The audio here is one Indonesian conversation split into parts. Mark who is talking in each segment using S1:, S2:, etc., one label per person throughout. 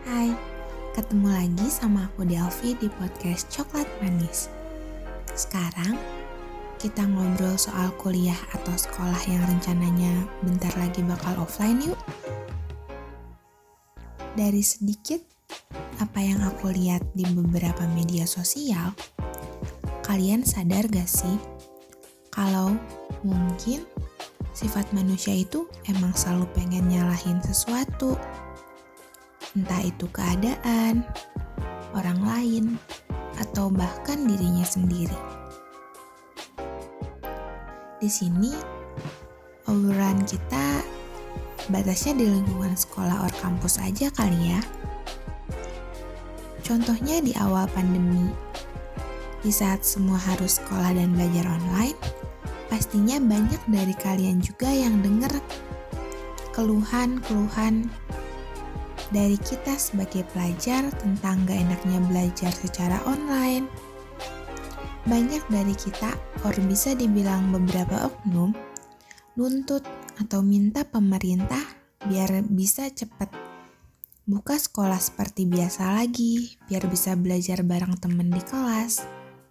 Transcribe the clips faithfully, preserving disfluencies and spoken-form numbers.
S1: Hai, ketemu lagi sama aku Delvi di podcast Coklat Manis. Sekarang kita ngobrol soal kuliah atau sekolah yang rencananya bentar lagi bakal offline yuk. Dari sedikit apa yang aku lihat di beberapa media sosial, kalian sadar gak sih kalau mungkin sifat manusia itu emang selalu pengen nyalahin sesuatu, entah itu keadaan, orang lain, atau bahkan dirinya sendiri. Di sini, obrolan kita batasnya di lingkungan sekolah or kampus aja kali ya. Contohnya di awal pandemi, di saat semua harus sekolah dan belajar online, pastinya banyak dari kalian juga yang denger keluhan-keluhan dari kita sebagai pelajar tentang gak enaknya belajar secara online. Banyak dari kita, or bisa dibilang beberapa oknum, nuntut atau minta pemerintah biar bisa cepet buka sekolah seperti biasa lagi, biar bisa belajar bareng temen di kelas.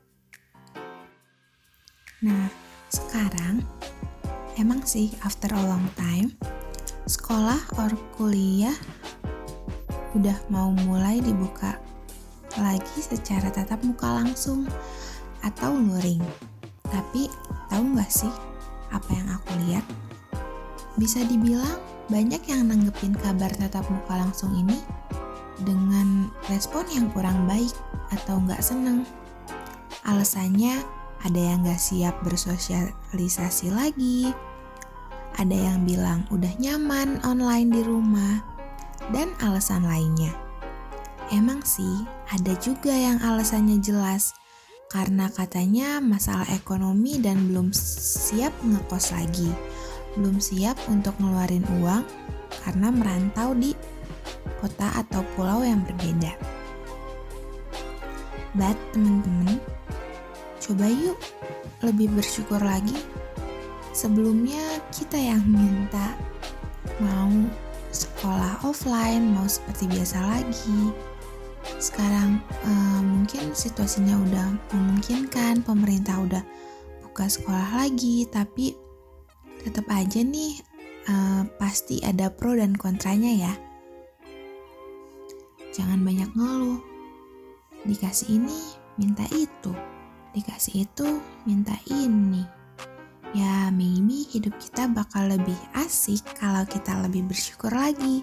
S1: Nah, sekarang emang sih after a long time, sekolah or kuliah udah mau mulai dibuka lagi secara tatap muka langsung atau luring. Tapi tahu gak sih apa yang aku lihat? Bisa dibilang banyak yang nanggepin kabar tatap muka langsung ini dengan respon yang kurang baik atau gak seneng. Alasannya ada yang gak siap bersosialisasi lagi, ada yang bilang udah nyaman online di rumah, dan alasan lainnya. Emang sih, ada juga yang alasannya jelas, karena katanya masalah ekonomi dan belum siap ngekos lagi, belum siap untuk ngeluarin uang karena merantau di kota atau pulau yang berbeda. But teman-teman, coba yuk lebih bersyukur lagi. Sebelumnya kita yang minta mau sekolah offline, mau seperti biasa lagi. Sekarang eh, mungkin situasinya udah memungkinkan, pemerintah udah buka sekolah lagi, tapi tetap aja nih eh, pasti ada pro dan kontranya ya. Jangan banyak ngeluh. Dikasih ini, minta itu. Dikasih itu, minta ini. Ya, maybe hidup kita bakal lebih asik kalau kita lebih bersyukur lagi.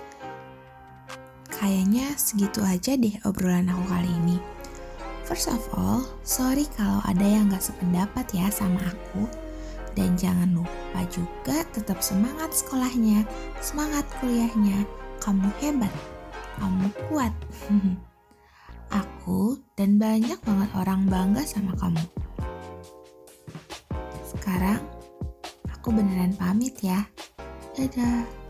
S1: Kayaknya segitu aja deh obrolan aku kali ini. First of all, sorry kalau ada yang gak sependapat ya sama aku. Dan jangan lupa juga tetap semangat sekolahnya, semangat kuliahnya. Kamu hebat, kamu kuat. Aku dan banyak banget orang bangga sama kamu. Sekarang, aku beneran pamit ya. Dadah.